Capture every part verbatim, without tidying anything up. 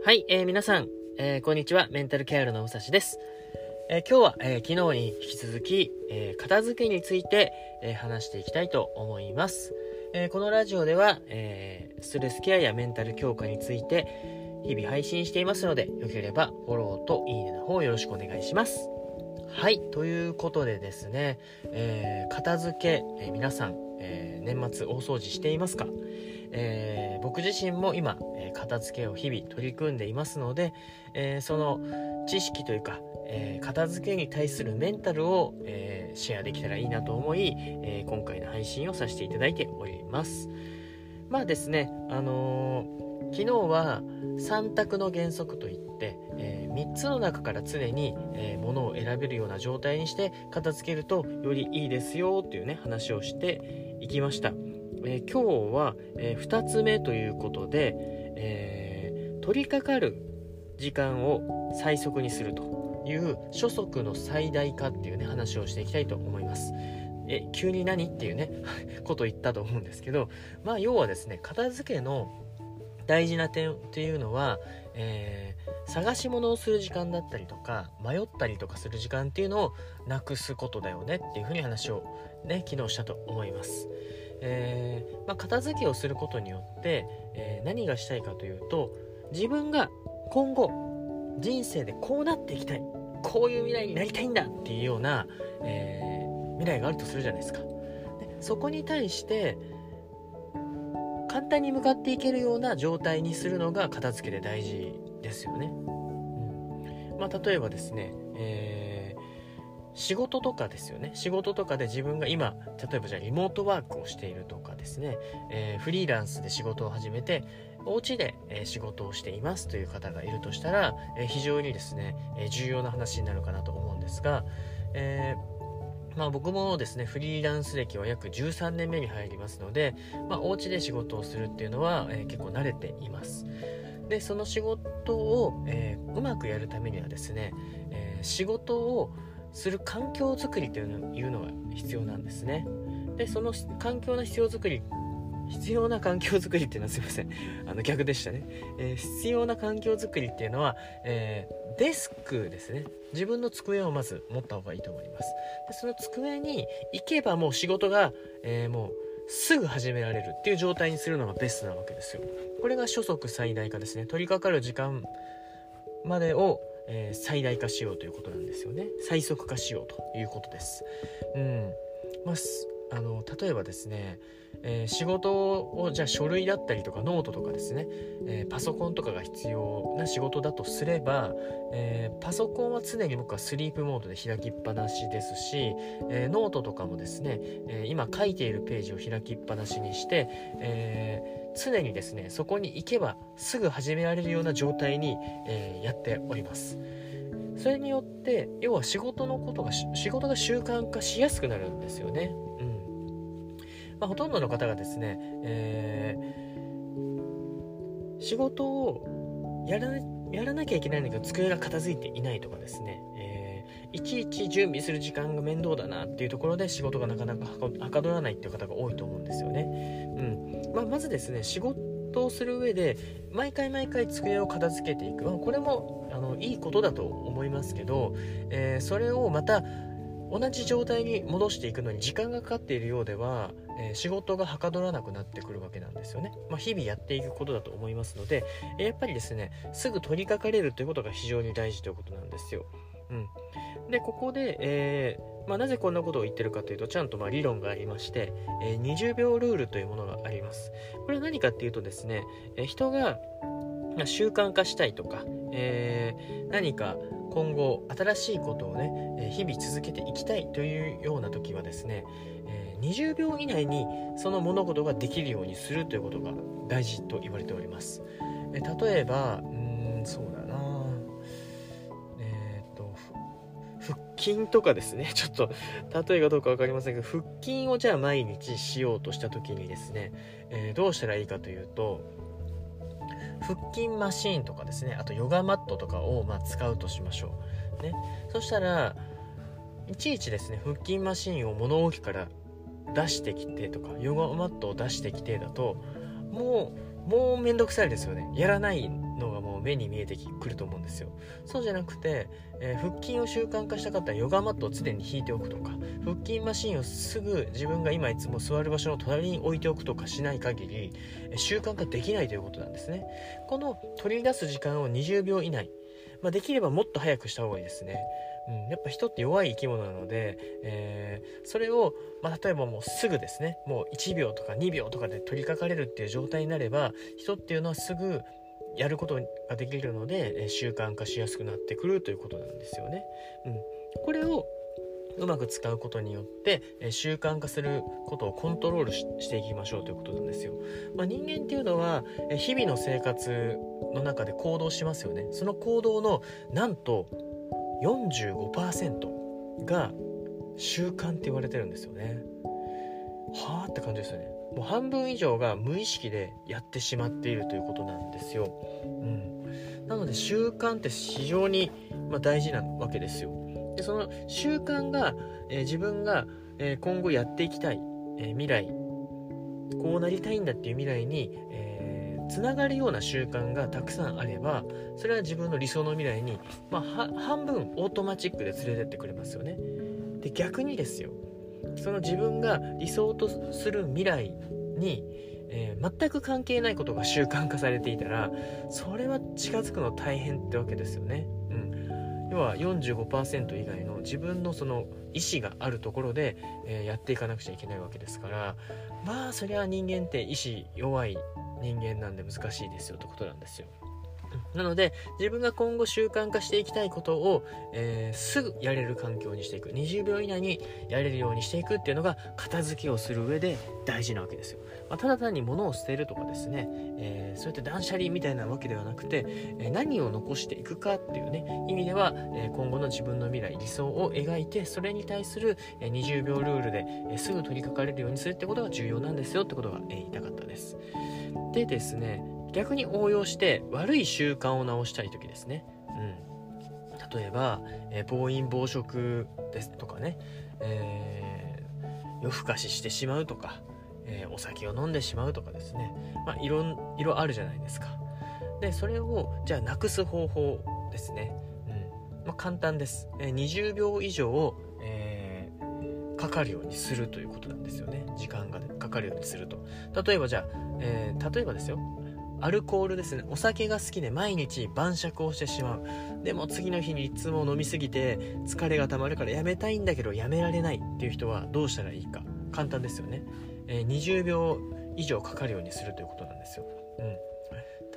はい、えー、皆さん、えー、こんにちは。メンタルケアルの武蔵です。えー、今日は、えー、昨日に引き続き、えー、片付けについて、えー、話していきたいと思います。えー、このラジオでは、えー、ストレスケアやメンタル強化について日々配信していますので、よければフォローといいねの方よろしくお願いします。はい、ということでですね、えー、片付け、えー、皆さん、えー、年末大掃除していますか？えー、僕自身も今、えー、片付けを日々取り組んでいますので、えー、その知識というか、えー、片付けに対するメンタルを、えー、シェアできたらいいなと思い、えー、今回の配信をさせていただいております。まあですね、あのー、昨日はさん択の原則といって、えー、みっつの中から常に、えー、物を選べるような状態にして片付けるとよりいいですよというね話をしていきました。えー、今日は、えー、ふたつめということで、えー、取り掛かる時間を最速にするという初速の最大化っていうね話をしていきたいと思います。え急に何っていうねことを言ったと思うんですけど、まあ要はですね、片付けの大事な点っていうのは、えー、探し物をする時間だったりとか迷ったりとかする時間っていうのをなくすことだよねっていうふうに話をね昨日したと思います。えーまあ、片付けをすることによって、えー、何がしたいかというと、自分が今後人生でこうなっていきたい、こういう未来になりたいんだっていうような、えー、未来があるとするじゃないですか。でそこに対して簡単に向かっていけるような状態にするのが片付けで大事ですよね。うんまあ、例えばですね、えー仕事とかですよね。仕事とかで自分が今例えばじゃあリモートワークをしているとかですね、えー、フリーランスで仕事を始めてお家で、えー、仕事をしていますという方がいるとしたら、えー、非常にですね、えー、重要な話になるかなと思うんですが、えーまあ、僕もですねフリーランス歴は約じゅうさんねんめに入りますので、まあ、お家で仕事をするっていうのは、えー、結構慣れています。でその仕事を、えー、うまくやるためにはですね、えー、仕事をする環境づくりというのが必要なんですね。でその環境の必要づくり必要な環境づくりっていうのはすいませんあの逆でしたね、えー、必要な環境づくりっていうのは、えー、デスクですね。自分の机をまず持った方がいいと思います。でその机に行けばもう仕事が、えー、もうすぐ始められるっていう状態にするのがベストなわけですよ。これが初速最大化ですね。取り掛かる時間までをえー、最大化しようということなんですよね。最速化しようということです。うんまあ、あの例えばですね、えー、仕事をじゃあ書類だったりとかノートとかですね、えー、パソコンとかが必要な仕事だとすれば、えー、パソコンは常に僕はスリープモードで開きっぱなしですし、えー、ノートとかもですね、えー、今書いているページを開きっぱなしにして、えー常にですねそこに行けばすぐ始められるような状態に、えー、やっております。それによって要は仕事のことが仕事が習慣化しやすくなるんですよね。うんまあ、ほとんどの方がですね、えー、仕事をやらな、やらなきゃいけないんだけど机が片付いていないとかですね、えー、いちいち準備する時間が面倒だなっていうところで仕事がなかなかはかどらないっていう方が多いと思うんですよね。うんまあ、まずですね仕事をする上で毎回毎回机を片付けていく、まあ、これもあのいいことだと思いますけど、えー、それをまた同じ状態に戻していくのに時間がかかっているようでは、えー、仕事がはかどらなくなってくるわけなんですよね。まあ、日々やっていくことだと思いますので、やっぱりですねすぐ取り掛かれるということが非常に大事ということなんですよ。うんでここで、えーまあ、なぜこんなことを言ってるかというと、ちゃんとまあ理論がありまして、えー、にじゅうびょうルールというものがあります。これは何かっていうとですね、えー、人が習慣化したいとか、えー、何か今後新しいことをね、えー、日々続けていきたいというような時はですね、えー、にじゅうびょう以内にその物事ができるようにするということが大事と言われております。えー、例えばうーんそうだな腹筋とかですね、ちょっと例えがどうか分かりませんが、腹筋をじゃあ毎日しようとした時にですね、えー、どうしたらいいかというと、腹筋マシーンとかですね、あとヨガマットとかをまあ使うとしましょうね。そしたらいちいちですね腹筋マシーンを物置から出してきてとかヨガマットを出してきてだともうもうめんどくさいですよね。やらないのがもう目に見えてくると思うんですよ。そうじゃなくて、えー、腹筋を習慣化したかったらヨガマットを常に引いておくとか、腹筋マシンをすぐ自分が今いつも座る場所の隣に置いておくとかしない限り、えー、習慣化できないということなんですね。この取り出す時間をにじゅうびょう以内、まあ、できればもっと早くした方がいいですね。うん、やっぱ人って弱い生き物なので、えー、それを、まあ、例えばもうすぐですね、もういちびょうとかにびょうとかで取り掛かれるっていう状態になれば、人っていうのはすぐやることができるので、えー、習慣化しやすくなってくるということなんですよね。うん、これをうまく使うことによって、えー、習慣化することをコントロール し, していきましょうということなんですよ。まあ、人間っていうのは、えー、日々の生活の中で行動しますよね。その行動のなんとよんじゅうごパーセントが習慣って言われてるんですよね。はーって感じですよね。もう半分以上が無意識でやってしまっているということなんですよ。うん、なので習慣って非常に、まあ、大事なわけですよ。でその習慣が、えー、自分が、えー、今後やっていきたい、えー、未来、こうなりたいんだっていう未来に、えーつながるような習慣がたくさんあれば、それは自分の理想の未来に、まあ、半分オートマチックで連れてってくれますよね。で逆にですよ、その自分が理想とする未来に、えー、全く関係ないことが習慣化されていたら、それは近づくの大変ってわけですよね。うん、要は よんじゅうごパーセント 以外の自分のその意思があるところで、えー、やっていかなくちゃいけないわけですから、まあそりゃ人間って意志弱い人間なんで難しいですよってことなんですよ。なので自分が今後習慣化していきたいことを、えー、すぐやれる環境にしていく、にじゅうびょう以内にやれるようにしていくっていうのが片付けをする上で大事なわけですよ。まあ、ただ単に物を捨てるとかですね、えー、そうやって断捨離みたいなわけではなくて、えー、何を残していくかっていうね意味では、えー、今後の自分の未来理想を描いて、それに対する、えー、にじゅうびょうルールで、えー、すぐ取り掛かれるようにするってことが重要なんですよってことが、えー、言いたかったです。でですね、逆に応用して悪い習慣を直したいときですね、うん、例えば、えー、暴飲暴食ですとかね、えー、夜更かししてしまうとか、えー、お酒を飲んでしまうとかですね、まあいろいろあるじゃないですか。でそれをじゃあなくす方法ですね、うん、まあ、簡単です。えー、にじゅうびょう以上、えー、かかるようにするということなんですよね。時間がかかるようにすると、例えばじゃあ、えー、例えばですよ、アルコールですね。お酒が好きで毎日晩酌をしてしまう。でも次の日にいつも飲みすぎて疲れが溜まるからやめたいんだけどやめられないっていう人はどうしたらいいか。簡単ですよね。えー、にじゅうびょう以上かかるようにするということなんですよ。うん、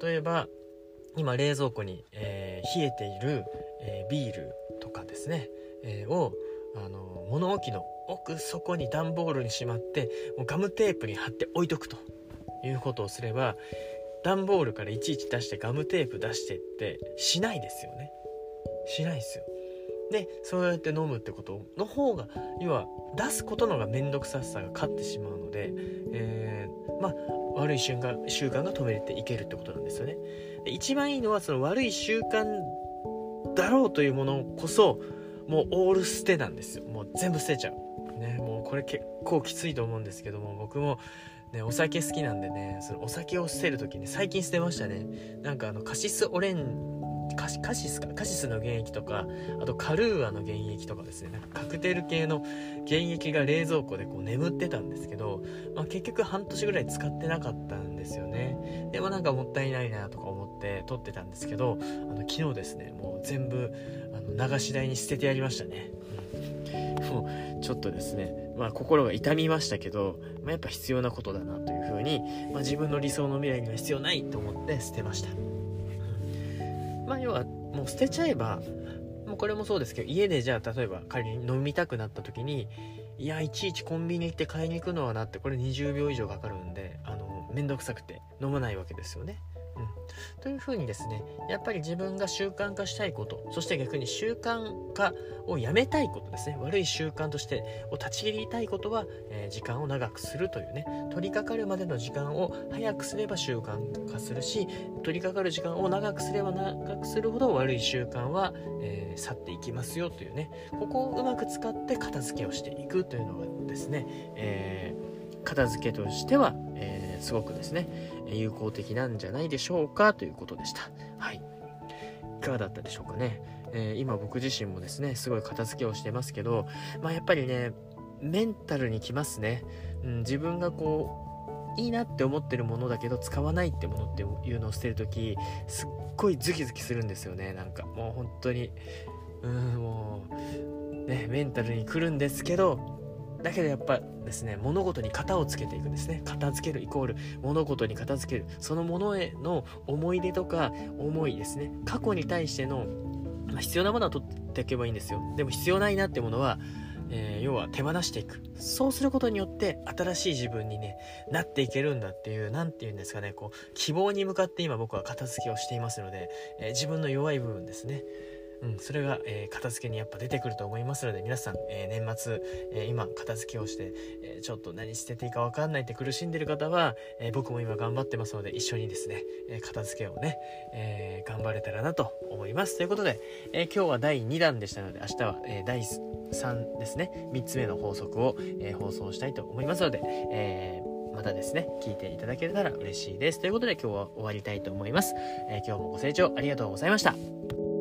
例えば今冷蔵庫に、えー、冷えている、えー、ビールとかですね、えー、をあの物置の奥底に段ボールにしまってもうガムテープに貼って置いとくということをすれば、段ボールからいちいち出してガムテープ出してってしないですよね。しないですよ。でそうやって飲むってことの方が、要は出すことのがめんどくささが勝ってしまうので、えー、まあ悪い習慣習慣が止めていけるってことなんですよね。で一番いいのはその悪い習慣だろうというものこそもうオール捨てなんですよ。もう全部捨てちゃうね。もうこれ結構きついと思うんですけども、僕もね、お酒好きなんでね、そのお酒を捨てるときに最近捨てましたね。なんかあのカシスオレンカシカシスかカシスの原液とか、あとカルーアの原液とかですね、なんかカクテル系の原液が冷蔵庫でこう眠ってたんですけど、まあ、結局半年ぐらい使ってなかったんですよね。でもなんかもったいないなとか思って取ってたんですけど、あの昨日ですね、もう全部あの流し台に捨ててやりましたね。うん、もうちょっとですね、まあ心が痛みましたけど、まあ、やっぱ必要なことだなというふうに、まあ、自分の理想の未来には必要ないと思って捨てました。まあ要はもう捨てちゃえば、もうこれもそうですけど、家でじゃあ例えば仮に飲みたくなった時に、いやいちいちコンビニ行って買いに行くのはなって、これにじゅうびょう以上かかるんで、あのめんどくさくて飲まないわけですよね。うん、というふうにですね、やっぱり自分が習慣化したいこと、そして逆に習慣化をやめたいことですね、悪い習慣としてを断ち切りたいことは、えー、時間を長くするというね、取り掛かるまでの時間を早くすれば習慣化するし、取り掛かる時間を長くすれば長くするほど悪い習慣は、えー、去っていきますよというね、ここをうまく使って片付けをしていくというのがですね、えー、片付けとしては、えー、すごくですね有効的なんじゃないでしょうかということでした。はい。 かがだったでしょうかね。えー、今僕自身もですねすごい片付けをしてますけど、まあやっぱりねメンタルにきますね。うん、自分がこういいなって思ってるものだけど使わないってものっていうのを捨てるときすっごいズキズキするんですよね。なんかもう本当にうんもうねメンタルにくるんですけど、だけどやっぱですね物事に型をつけていくんですね。片付けるイコール物事に片付ける、そのものへの思い出とか思いですね、過去に対しての、まあ、必要なものは取っていけばいいんですよ。でも必要ないなってものはえー、要は手放していく。そうすることによって新しい自分にねなっていけるんだっていう、なんていうんですかね、こう希望に向かって今僕は片付けをしていますので、えー、自分の弱い部分ですね、うん、それが、えー、片付けにやっぱ出てくると思いますので、皆さん、えー、年末、えー、今片付けをして、えー、ちょっと何捨てていいか分かんないって苦しんでる方は、えー、僕も今頑張ってますので一緒にですね、えー、片付けをね、えー、頑張れたらなと思います。ということで、えー、今日はだいにだんでしたので、明日は、えー、だいさんですね、みっつめの法則を、えー、放送したいと思いますので、えー、またですね聞いていただけたら嬉しいです。ということで今日は終わりたいと思います。えー、今日もご清聴ありがとうございました。